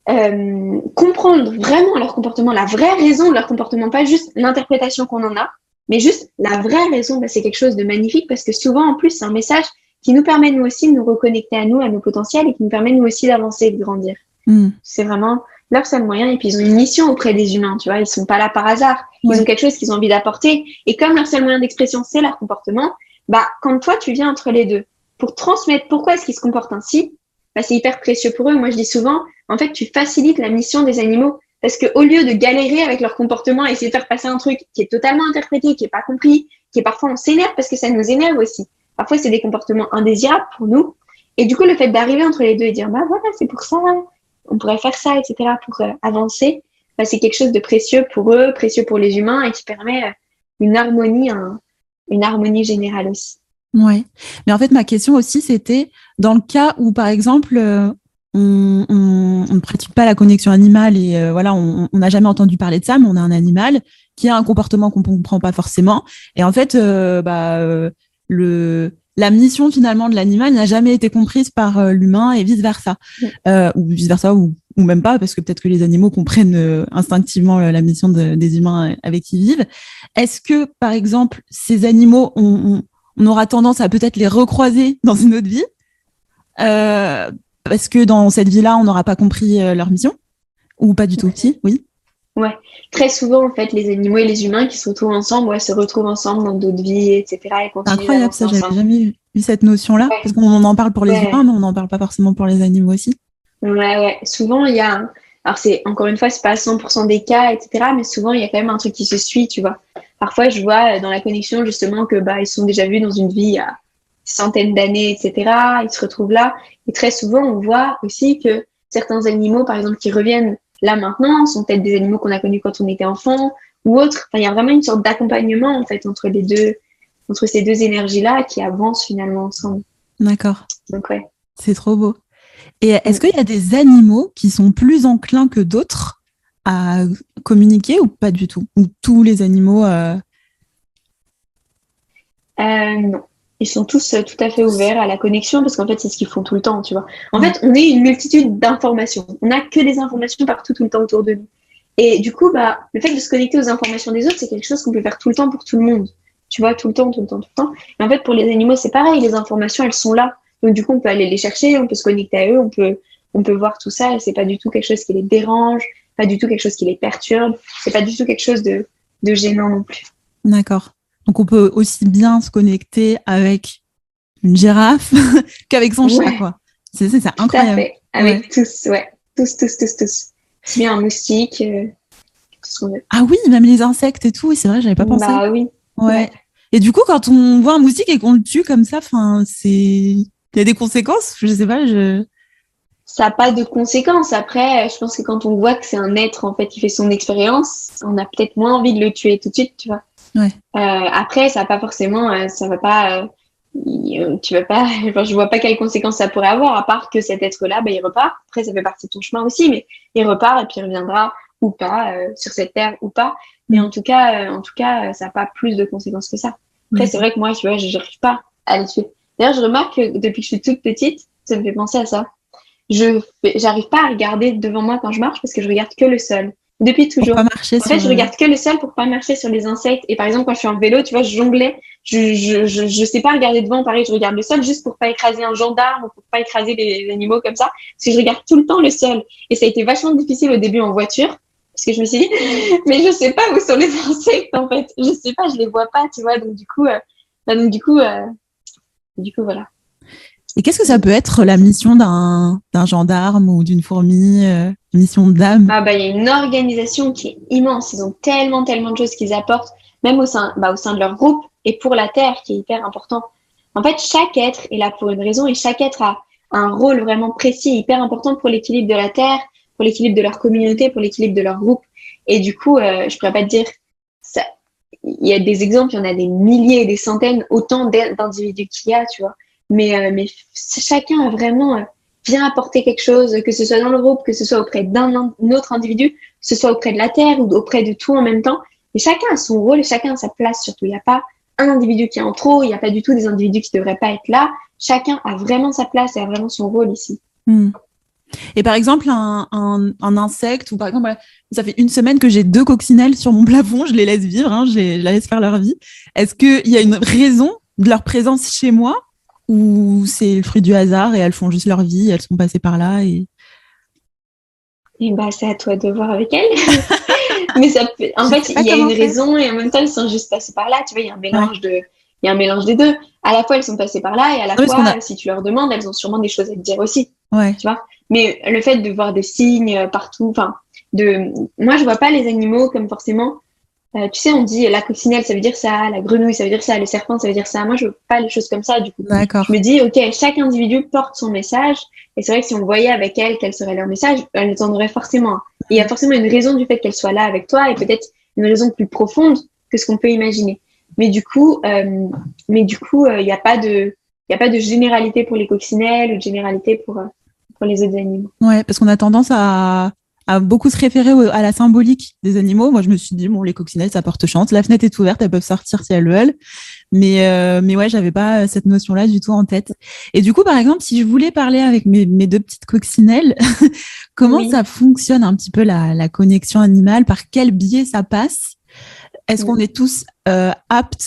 comprendre vraiment leur comportement, la vraie raison de leur comportement, pas juste l'interprétation qu'on en a, mais juste la vraie raison, c'est quelque chose de magnifique parce que souvent, en plus, c'est un message qui nous permet, nous aussi, de nous reconnecter à nous, à nos potentiels et qui nous permet, nous aussi, d'avancer et de grandir. C'est vraiment leur seul moyen. Et puis, ils ont une mission auprès des humains, tu vois. Ils sont pas là par hasard. Ils ont quelque chose qu'ils ont envie d'apporter. Et comme leur seul moyen d'expression, c'est leur comportement, quand toi, tu viens entre les deux pour transmettre pourquoi est-ce qu'ils se comportent ainsi, c'est hyper précieux pour eux. Moi, je dis souvent, en fait, tu facilites la mission des animaux parce que au lieu de galérer avec leur comportement et essayer de faire passer un truc qui est totalement interprété, qui est pas compris, qui est parfois on s'énerve parce que ça nous énerve aussi. Parfois, c'est des comportements indésirables pour nous. Et du coup, le fait d'arriver entre les deux et dire, voilà, c'est pour ça, on pourrait faire ça, etc., pour avancer, c'est quelque chose de précieux pour eux, précieux pour les humains et qui permet une harmonie générale aussi. Ouais. Mais en fait, ma question aussi, c'était dans le cas où, par exemple, on ne pratique pas la connexion animale et voilà, on n'a jamais entendu parler de ça, mais on a un animal qui a un comportement qu'on ne comprend pas forcément. Et en fait, la mission finalement de l'animal n'a jamais été comprise par l'humain et vice-versa. Ou vice-versa, ou même pas, parce que peut-être que les animaux comprennent instinctivement la mission des humains avec qui ils vivent. Est-ce que, par exemple, ces animaux, on aura tendance à peut-être les recroiser dans une autre vie parce que dans cette vie-là, on n'aura pas compris leur mission? Ou pas du tout? Si, oui. Ouais, très souvent, en fait, les animaux et les humains qui se retrouvent ensemble, se retrouvent ensemble dans d'autres vies, etc. Et continuent incroyable, ça, ensemble. j'avais jamais eu cette notion-là, parce qu'on en parle pour les humains, mais on n'en parle pas forcément pour les animaux aussi. Ouais. Souvent, il y a... Alors, encore une fois, c'est pas à 100% des cas, etc. Mais souvent, il y a quand même un truc qui se suit, tu vois. Parfois, je vois dans la connexion, justement, que ils sont déjà vus dans une vie il y a centaines d'années, etc. Ils se retrouvent là. Et très souvent, on voit aussi que certains animaux, par exemple, qui reviennent là maintenant, sont peut-être des animaux qu'on a connus quand on était enfant ou autres. Enfin, il y a vraiment une sorte d'accompagnement, en fait, entre ces deux énergies-là qui avancent finalement ensemble. D'accord. Donc, ouais. C'est trop beau. Et est-ce qu'il y a des animaux qui sont plus enclins que d'autres à communiquer ou pas du tout? Ou tous les animaux Non. Ils sont tous tout à fait ouverts à la connexion parce qu'en fait, c'est ce qu'ils font tout le temps, tu vois. En fait, on est une multitude d'informations. On n'a que des informations partout, tout le temps autour de nous. Et du coup, le fait de se connecter aux informations des autres, c'est quelque chose qu'on peut faire tout le temps pour tout le monde. Tu vois, tout le temps. Et en fait, pour les animaux, c'est pareil. Les informations, elles sont là. Donc, du coup, on peut aller les chercher, on peut se connecter à eux, on peut voir tout ça. Et c'est pas du tout quelque chose qui les dérange, pas du tout quelque chose qui les perturbe. C'est pas du tout quelque chose de gênant non plus. D'accord. Donc, on peut aussi bien se connecter avec une girafe qu'avec son chat, quoi. C'est incroyable. Tout à fait. Avec tous, ouais. Tous. C'est bien un moustique, tout ce qu'on veut. Ah oui, même les insectes et tout. Oui, c'est vrai, j'avais pas pensé. Bah oui. Ouais. Et du coup, quand on voit un moustique et qu'on le tue comme ça, il y a des conséquences? Je sais pas, Ça n'a pas de conséquences. Après, je pense que quand on voit que c'est un être, en fait, qui fait son expérience, on a peut-être moins envie de le tuer tout de suite, tu vois. Ouais. Après, ça va pas forcément, ça va pas, tu vas pas, enfin, je vois pas quelles conséquences ça pourrait avoir, à part que cet être-là, il repart. Après, ça fait partie de ton chemin aussi, mais il repart et puis il reviendra ou pas sur cette terre ou pas. Mais en tout cas, ça n'a pas plus de conséquences que ça. Après, c'est vrai que moi, tu vois, je n'arrive pas à les tuer. D'ailleurs, je remarque que depuis que je suis toute petite, ça me fait penser à ça. J'arrive pas à regarder devant moi quand je marche parce que je regarde que le sol. Depuis toujours. Pour pas marcher je regarde que le sol pour pas marcher sur les insectes. Et par exemple, quand je suis en vélo, tu vois, je jonglais. Je sais pas regarder devant. Pareil, je regarde le sol juste pour pas écraser un gendarme ou pour pas écraser des animaux comme ça. Parce que je regarde tout le temps le sol. Et ça a été vachement difficile au début en voiture. Parce que je me suis dit, mais je sais pas où sont les insectes, en fait. Je sais pas, je les vois pas, tu vois. Donc, du coup, voilà. Et qu'est-ce que ça peut être la mission d'un gendarme ou d'une fourmi, mission d'âme? Il y a une organisation qui est immense. Ils ont tellement de choses qu'ils apportent, même au sein de leur groupe et pour la Terre, qui est hyper important. En fait, chaque être est là pour une raison et chaque être a un rôle vraiment précis et hyper important pour l'équilibre de la Terre, pour l'équilibre de leur communauté, pour l'équilibre de leur groupe. Et du coup, je pourrais pas te dire ça. Il y a des exemples, il y en a des milliers et des centaines, autant d'individus qu'il y a, tu vois. Mais chacun a vraiment vient apporter quelque chose, que ce soit dans le groupe, que ce soit auprès d'un autre individu, que ce soit auprès de la Terre ou auprès de tout en même temps. Et chacun a son rôle et chacun a sa place surtout. Il n'y a pas un individu qui est en trop, il n'y a pas du tout des individus qui ne devraient pas être là. Chacun a vraiment sa place et a vraiment son rôle ici. Et par exemple, un insecte, ou par exemple, voilà, ça fait une semaine que j'ai 2 coccinelles sur mon plafond, je les laisse vivre, hein, je la laisse faire leur vie. Est-ce qu'il y a une raison de leur présence chez moi ou c'est le fruit du hasard et elles font juste leur vie, elles sont passées par là et... Et bah, c'est à toi de voir avec elles. Mais ça peut... En Je fait, sais pas il y a comment une faire. raison et en même temps, elles sont juste passées par là. Tu vois, il y a un Ouais. mélange il y a un mélange des deux. À la fois, elles sont passées par là et à la Non, parce qu'on fois, a... si tu leur demandes, elles ont sûrement des choses à te dire aussi. Ouais. Tu vois. Mais le fait de voir des signes partout, enfin, moi, je vois pas les animaux comme forcément. Tu sais, on dit la coccinelle, ça veut dire ça, la grenouille, ça veut dire ça, le serpent, ça veut dire ça. Moi, je vois pas les choses comme ça, du coup. Je D'accord. me dis, ok, chaque individu porte son message. Et c'est vrai que si on voyait avec elles quel serait leur message, elles entendraient forcément. Et il y a forcément une raison du fait qu'elles soient là avec toi et peut-être une raison plus profonde que ce qu'on peut imaginer. Mais du coup, il n'y a pas de généralité pour les coccinelles ou de généralité pour les autres animaux. Ouais, parce qu'on a tendance à beaucoup se référer à la symbolique des animaux. Moi, je me suis dit, bon, les coccinelles, ça porte chance. La fenêtre est ouverte, elles peuvent sortir si elles veulent. Mais ouais, j'avais pas cette notion-là du tout en tête. Et du coup, par exemple, si je voulais parler avec mes 2 petites coccinelles, comment Oui. ça fonctionne un petit peu la connexion animale? Par quel biais ça passe? Est-ce qu'on Mm. est tous aptes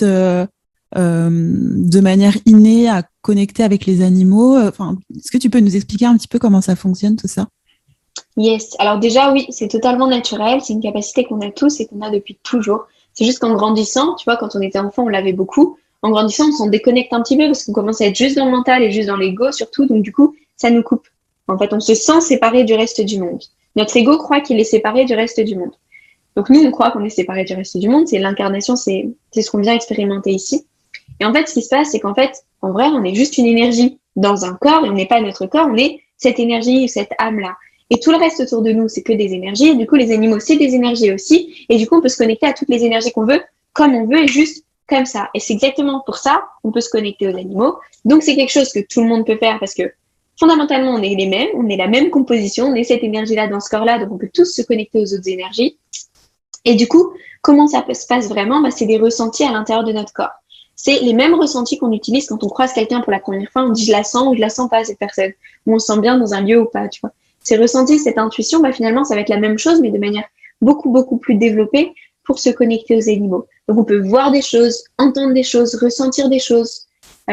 de manière innée à connecter avec les animaux? Enfin, est-ce que tu peux nous expliquer un petit peu comment ça fonctionne, tout ça? Yes. Alors déjà, oui, c'est totalement naturel. C'est une capacité qu'on a tous et qu'on a depuis toujours. C'est juste qu'en grandissant, tu vois, quand on était enfant, on l'avait beaucoup. En grandissant, on s'en déconnecte un petit peu parce qu'on commence à être juste dans le mental et juste dans l'ego surtout. Donc du coup, ça nous coupe. En fait, on se sent séparé du reste du monde. Notre ego croit qu'il est séparé du reste du monde. Donc nous, on croit qu'on est séparé du reste du monde. C'est l'incarnation, c'est ce qu'on vient expérimenter ici. Et en fait, ce qui se passe, c'est qu'en fait, en vrai, on est juste une énergie dans un corps et on n'est pas notre corps, on est cette énergie, cette âme-là. Et tout le reste autour de nous, c'est que des énergies. Et du coup, les animaux, c'est des énergies aussi. Et du coup, on peut se connecter à toutes les énergies qu'on veut, comme on veut, et juste comme ça. Et c'est exactement pour ça qu'on peut se connecter aux animaux. Donc, c'est quelque chose que tout le monde peut faire parce que fondamentalement, on est les mêmes, on est la même composition, on est cette énergie-là dans ce corps-là, donc on peut tous se connecter aux autres énergies. Et du coup, comment ça se passe vraiment? C'est des ressentis à l'intérieur de notre corps. C'est les mêmes ressentis qu'on utilise quand on croise quelqu'un pour la première fois. On dit je la sens ou je la sens pas cette personne. Ou on se sent bien dans un lieu ou pas, tu vois. Ces ressentis, cette intuition, finalement, ça va être la même chose, mais de manière beaucoup, beaucoup plus développée pour se connecter aux animaux. Donc, on peut voir des choses, entendre des choses, ressentir des choses,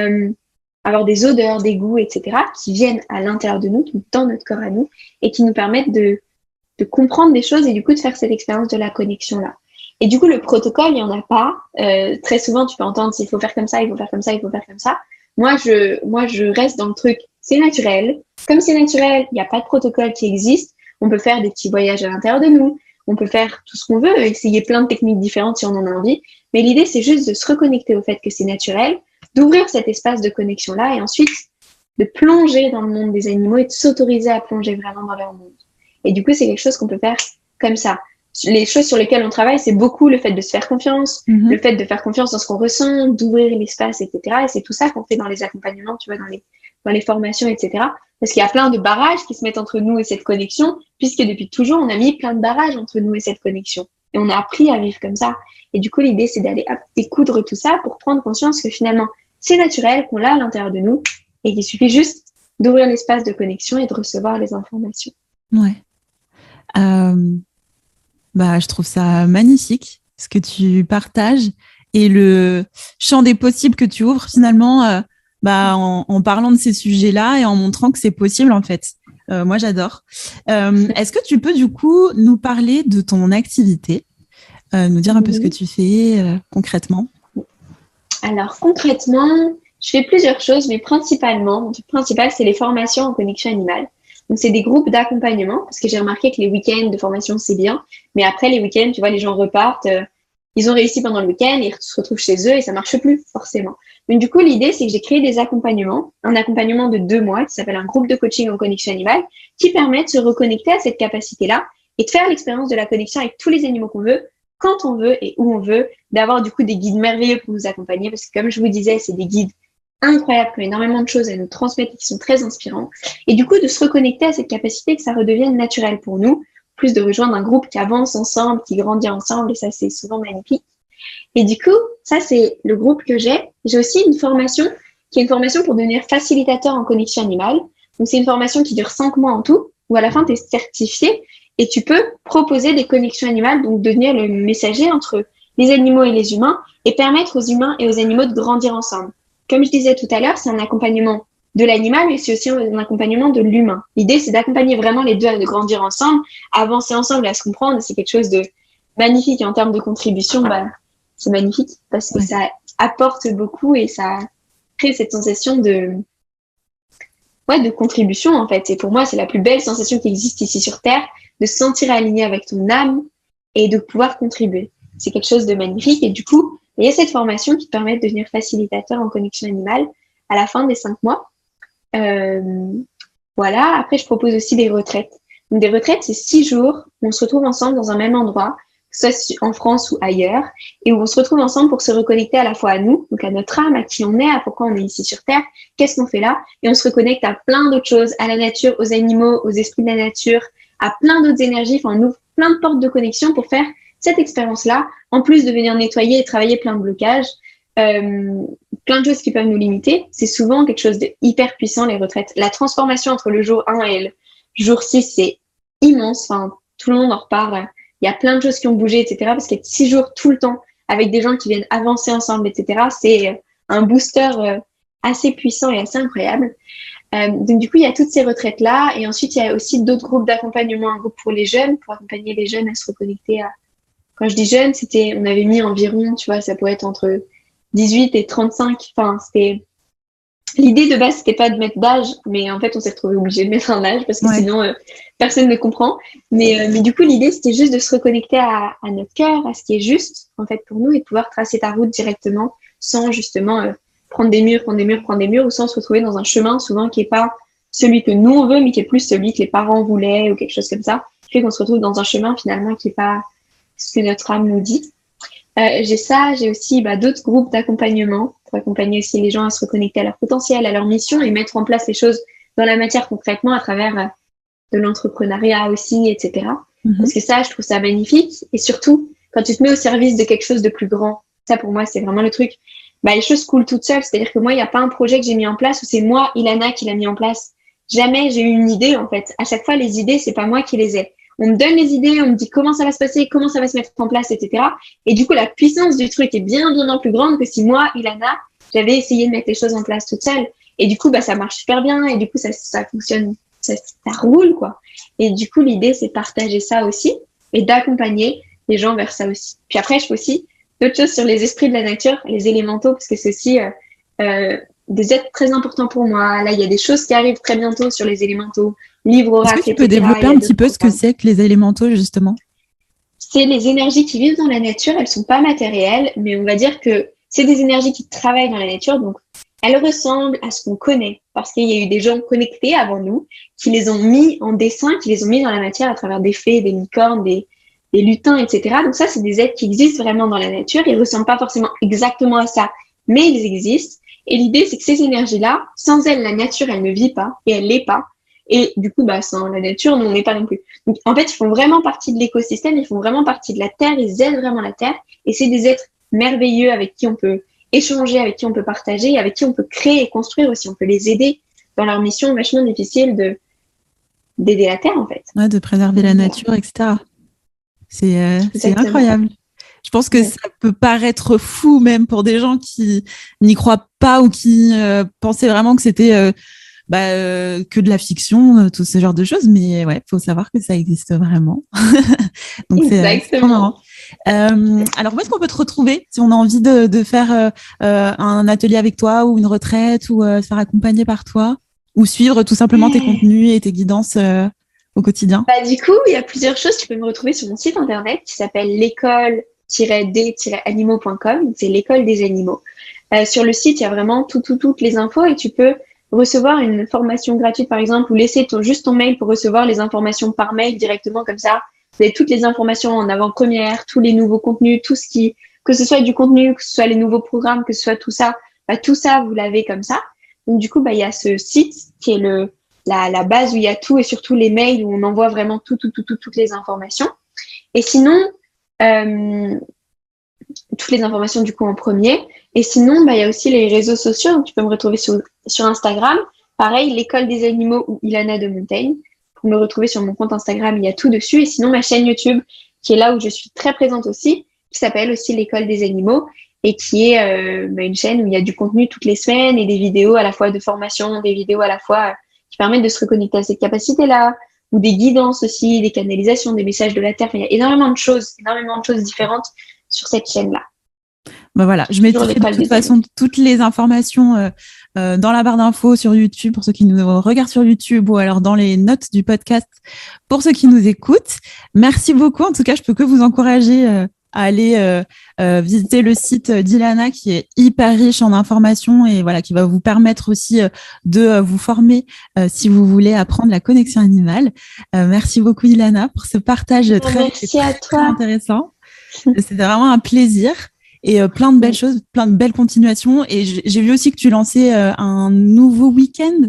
avoir des odeurs, des goûts, etc., qui viennent à l'intérieur de nous, dans notre corps à nous, et qui nous permettent de comprendre des choses et du coup de faire cette expérience de la connexion-là. Et du coup, le protocole, il n'y en a pas. Très souvent, tu peux entendre s'il faut faire comme ça, il faut faire comme ça, il faut faire comme ça. Moi, je reste dans le truc, c'est naturel. Comme c'est naturel, il n'y a pas de protocole qui existe. On peut faire des petits voyages à l'intérieur de nous. On peut faire tout ce qu'on veut, essayer plein de techniques différentes si on en a envie. Mais l'idée, c'est juste de se reconnecter au fait que c'est naturel, d'ouvrir cet espace de connexion-là et ensuite de plonger dans le monde des animaux et de s'autoriser à plonger vraiment dans leur monde. Et du coup, c'est quelque chose qu'on peut faire comme ça. Les choses sur lesquelles on travaille, c'est beaucoup le fait de se faire confiance, le fait de faire confiance dans ce qu'on ressent, d'ouvrir l'espace, etc. Et c'est tout ça qu'on fait dans les accompagnements, tu vois, dans les formations, etc. Parce qu'il y a plein de barrages qui se mettent entre nous et cette connexion, puisque depuis toujours, on a mis plein de barrages entre nous et cette connexion. Et on a appris à vivre comme ça. Et du coup, l'idée, c'est d'aller découdre tout ça pour prendre conscience que finalement, c'est naturel, qu'on l'a à l'intérieur de nous, et qu'il suffit juste d'ouvrir l'espace de connexion et de recevoir les informations. Ouais. Je trouve ça magnifique ce que tu partages et le champ des possibles que tu ouvres finalement en parlant de ces sujets-là et en montrant que c'est possible en fait. Moi, j'adore. Est-ce que tu peux du coup nous parler de ton activité, nous dire un peu ce que tu fais concrètement? Alors concrètement, je fais plusieurs choses, mais principalement, mon truc principal, c'est les formations en connexion animale. Donc, c'est des groupes d'accompagnement, parce que j'ai remarqué que les week-ends de formation, c'est bien. Mais après les week-ends, tu vois, les gens repartent, ils ont réussi pendant le week-end, ils se retrouvent chez eux et ça marche plus, forcément. Donc, du coup, l'idée, c'est que j'ai créé des accompagnements, un accompagnement de 2 mois qui s'appelle un groupe de coaching en connexion animale, qui permet de se reconnecter à cette capacité-là et de faire l'expérience de la connexion avec tous les animaux qu'on veut, quand on veut et où on veut, d'avoir du coup des guides merveilleux pour nous accompagner, parce que comme je vous disais, c'est des guides incroyables, qui ont énormément de choses à nous transmettre et qui sont très inspirants. Et du coup, de se reconnecter à cette capacité, que ça redevienne naturel pour nous, plus de rejoindre un groupe qui avance ensemble, qui grandit ensemble, et ça, c'est souvent magnifique. Et du coup, ça, c'est le groupe que j'ai. J'ai aussi une formation, qui est une formation pour devenir facilitateur en connexion animale. Donc, c'est une formation qui dure 5 mois en tout, où à la fin, tu es certifié et tu peux proposer des connexions animales, donc devenir le messager entre les animaux et les humains et permettre aux humains et aux animaux de grandir ensemble. Comme je disais tout à l'heure, c'est un accompagnement de l'animal, mais c'est aussi un accompagnement de l'humain. L'idée, c'est d'accompagner vraiment les deux à de grandir ensemble, à avancer ensemble, à se comprendre. C'est quelque chose de magnifique. Et en termes de contribution, bah, c'est magnifique parce que ça apporte beaucoup et ça crée cette sensation de contribution, en fait. Et pour moi, c'est la plus belle sensation qui existe ici sur Terre, de se sentir aligné avec ton âme et de pouvoir contribuer. C'est quelque chose de magnifique. Et du coup, il y a cette formation qui te permet de devenir facilitateur en connexion animale à la fin des 5 mois. Voilà. Après, je propose aussi des retraites. Donc, des retraites, c'est 6 jours où on se retrouve ensemble dans un même endroit, que ce soit en France ou ailleurs, et où on se retrouve ensemble pour se reconnecter à la fois à nous, donc à notre âme, à qui on est, à pourquoi on est ici sur Terre, qu'est-ce qu'on fait là, et on se reconnecte à plein d'autres choses, à la nature, aux animaux, aux esprits de la nature, à plein d'autres énergies. Enfin, on ouvre plein de portes de connexion pour faire cette expérience-là, en plus de venir nettoyer et travailler plein de blocages, plein de choses qui peuvent nous limiter. C'est souvent quelque chose de hyper puissant, les retraites. La transformation entre le jour 1 et le jour 6, c'est immense. Enfin, tout le monde en reparle. Il y a plein de choses qui ont bougé, etc. Parce qu'être 6 jours tout le temps avec des gens qui viennent avancer ensemble, etc., c'est un booster assez puissant et assez incroyable. Donc, du coup, il y a toutes ces retraites-là. Et ensuite, il y a aussi d'autres groupes d'accompagnement. Un groupe pour les jeunes, pour accompagner les jeunes à se reconnecter à... Quand je dis jeunes, on avait mis environ, tu vois, ça pourrait être entre 18 et 35. Enfin, l'idée de base, c'était pas de mettre d'âge, mais en fait, on s'est retrouvé obligé de mettre un âge parce que sinon, personne ne comprend. Mais du coup, l'idée, c'était juste de se reconnecter à notre cœur, à ce qui est juste, en fait, pour nous, et de pouvoir tracer ta route directement sans justement prendre des murs, ou sans se retrouver dans un chemin souvent qui est pas celui que nous on veut, mais qui est plus celui que les parents voulaient ou quelque chose comme ça. Qui fait qu'on se retrouve dans un chemin finalement qui est pas ce que notre âme nous dit. J'ai aussi d'autres groupes d'accompagnement pour accompagner aussi les gens à se reconnecter à leur potentiel, à leur mission et mettre en place les choses dans la matière concrètement à travers de l'entrepreneuriat aussi, etc. Parce que ça, je trouve ça magnifique. Et surtout, quand tu te mets au service de quelque chose de plus grand, ça pour moi, c'est vraiment le truc. Les choses coulent toutes seules. C'est-à-dire que moi, il n'y a pas un projet que j'ai mis en place où c'est moi, Ilana, qui l'a mis en place. Jamais j'ai eu une idée, en fait. À chaque fois, les idées, c'est pas moi qui les ai. On me donne les idées, on me dit comment ça va se passer, comment ça va se mettre en place, etc. Et du coup, la puissance du truc est bien, bien plus grande que si moi, Ilana, j'avais essayé de mettre les choses en place toute seule. Et du coup, ça marche super bien. Et du coup, ça fonctionne, ça roule, quoi. Et du coup, l'idée, c'est de partager ça aussi et d'accompagner les gens vers ça aussi. Puis après, je fais aussi d'autres choses sur les esprits de la nature, les élémentaux, parce que c'est aussi des êtres très importants pour moi. Là, il y a des choses qui arrivent très bientôt sur les élémentaux, livres, oracles, etc. Est-ce que tu peux développer un petit peu ce que c'est que les élémentaux, justement? C'est les énergies qui vivent dans la nature. Elles sont pas matérielles, mais on va dire que c'est des énergies qui travaillent dans la nature. Donc, elles ressemblent à ce qu'on connaît, parce qu'il y a eu des gens connectés avant nous qui les ont mis en dessin, qui les ont mis dans la matière à travers des fées, des licornes, des lutins, etc. Donc ça, c'est des êtres qui existent vraiment dans la nature. Ils ressemblent pas forcément exactement à ça, mais ils existent. Et l'idée, c'est que ces énergies-là, sans elles, la nature, elle ne vit pas et elle l'est pas. Et du coup, sans la nature, nous, on n'est pas non plus. Donc, en fait, ils font vraiment partie de l'écosystème, ils font vraiment partie de la Terre, ils aident vraiment la Terre. Et c'est des êtres merveilleux avec qui on peut échanger, avec qui on peut partager, avec qui on peut créer et construire aussi. On peut les aider dans leur mission vachement difficile d'aider la Terre, en fait. Ouais, de préserver la nature, etc. C'est incroyable. Je pense que ça peut paraître fou même pour des gens qui n'y croient pas ou qui pensaient vraiment que c'était que de la fiction, tout ce genre de choses. Mais ouais, faut savoir que ça existe vraiment. Donc c'est trop marrant. Alors où est-ce qu'on peut te retrouver si on a envie de faire un atelier avec toi ou une retraite ou se faire accompagner par toi ou suivre tout simplement tes contenus et tes guidances au quotidien? Du coup, il y a plusieurs choses. Tu peux me retrouver sur mon site internet qui s'appelle l'école-d-animaux.com. C'est l'école des animaux. Sur le site, il y a vraiment toutes les infos et tu peux recevoir une formation gratuite, par exemple, ou laisser juste ton mail pour recevoir les informations par mail directement comme ça. Vous avez toutes les informations en avant-première, tous les nouveaux contenus, tout ce qui, que ce soit du contenu, que ce soit les nouveaux programmes, que ce soit tout ça, vous l'avez comme ça. Donc, du coup, il y a ce site qui est la base où il y a tout et surtout les mails où on envoie vraiment toutes les informations. Et sinon, toutes les informations du coup en premier. Et sinon, il y a aussi les réseaux sociaux. Donc, tu peux me retrouver sur Instagram. Pareil, l'école des animaux ou Ilana de Montaigne pour me retrouver sur mon compte Instagram, il y a tout dessus. Et sinon, ma chaîne YouTube, qui est là où je suis très présente aussi, qui s'appelle aussi l'École des animaux et qui est une chaîne où il y a du contenu toutes les semaines et des vidéos à la fois de formation, des vidéos à la fois qui permettent de se reconnecter à cette capacité-là, ou des guidances aussi, des canalisations, des messages de la Terre. Enfin, il y a énormément de choses différentes sur cette chaîne-là. Ben voilà, je mettrai de toute façon toutes les informations dans la barre d'infos sur YouTube pour ceux qui nous regardent sur YouTube ou alors dans les notes du podcast pour ceux qui nous écoutent. Merci beaucoup. En tout cas, je peux que vous encourager à aller visiter le site d'Ilana qui est hyper riche en informations et voilà qui va vous permettre aussi de vous former si vous voulez apprendre la connexion animale. Merci beaucoup Ilana pour ce partage très intéressant. C'était vraiment un plaisir. Et plein de belles choses, plein de belles continuations. Et j'ai vu aussi que tu lançais un nouveau week-end.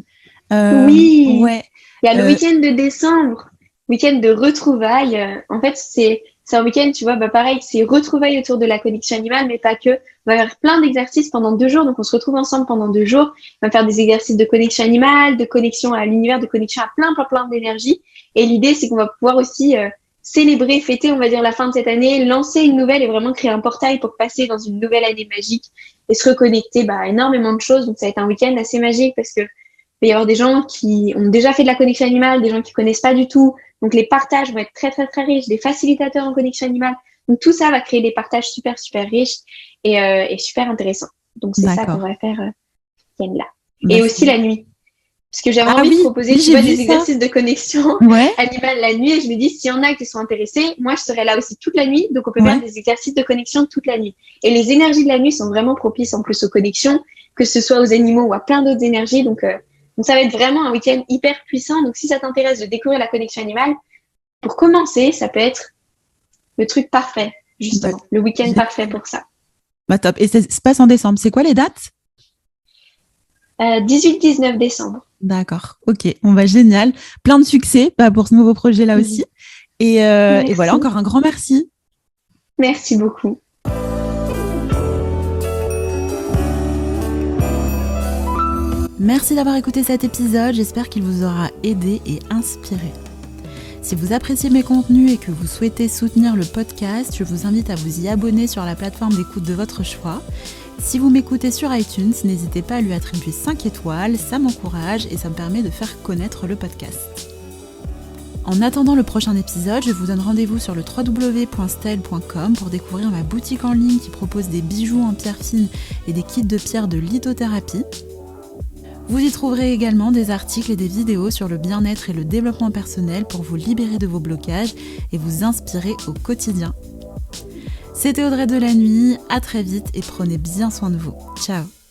Oui, ouais. Il y a le week-end de décembre, week-end de retrouvailles. En fait, c'est un week-end, tu vois, pareil, c'est retrouvailles autour de la connexion animale, mais pas que. On va faire plein d'exercices pendant 2 jours. Donc, on se retrouve ensemble pendant 2 jours. On va faire des exercices de connexion animale, de connexion à l'univers, de connexion à plein d'énergie. Et l'idée, c'est qu'on va pouvoir aussi célébrer, fêter, on va dire, la fin de cette année, lancer une nouvelle et vraiment créer un portail pour passer dans une nouvelle année magique et se reconnecter à énormément de choses. Donc, ça va être un week-end assez magique parce que il va y avoir des gens qui ont déjà fait de la connexion animale, des gens qui connaissent pas du tout. Donc, les partages vont être très riches, des facilitateurs en connexion animale. Donc, tout ça va créer des partages super riches et super intéressants. Donc, c'est ça qu'on va faire ce week-end-là. Et aussi la nuit. Parce que j'avais envie de proposer des exercices de connexion animale la nuit. Et je me dis, s'il y en a qui sont intéressés, moi, je serai là aussi toute la nuit. Donc, on peut faire des exercices de connexion toute la nuit. Et les énergies de la nuit sont vraiment propices en plus aux connexions, que ce soit aux animaux ou à plein d'autres énergies. Donc, ça va être vraiment un week-end hyper puissant. Donc, si ça t'intéresse de découvrir la connexion animale, pour commencer, ça peut être le truc parfait, justement. Le week-end parfait pour ça. Top. Et ça se passe en décembre. C'est quoi les dates ? 18-19 décembre. D'accord. Ok. Génial. Plein de succès pour ce nouveau projet-là aussi. Et voilà, encore un grand merci. Merci beaucoup. Merci d'avoir écouté cet épisode. J'espère qu'il vous aura aidé et inspiré. Si vous appréciez mes contenus et que vous souhaitez soutenir le podcast, je vous invite à vous y abonner sur la plateforme d'écoute de votre choix. Si vous m'écoutez sur iTunes, n'hésitez pas à lui attribuer 5 étoiles, ça m'encourage et ça me permet de faire connaître le podcast. En attendant le prochain épisode, je vous donne rendez-vous sur le www.stel.com pour découvrir ma boutique en ligne qui propose des bijoux en pierre fine et des kits de pierre de lithothérapie. Vous y trouverez également des articles et des vidéos sur le bien-être et le développement personnel pour vous libérer de vos blocages et vous inspirer au quotidien. C'était Audrey de la Nuit, à très vite et prenez bien soin de vous. Ciao.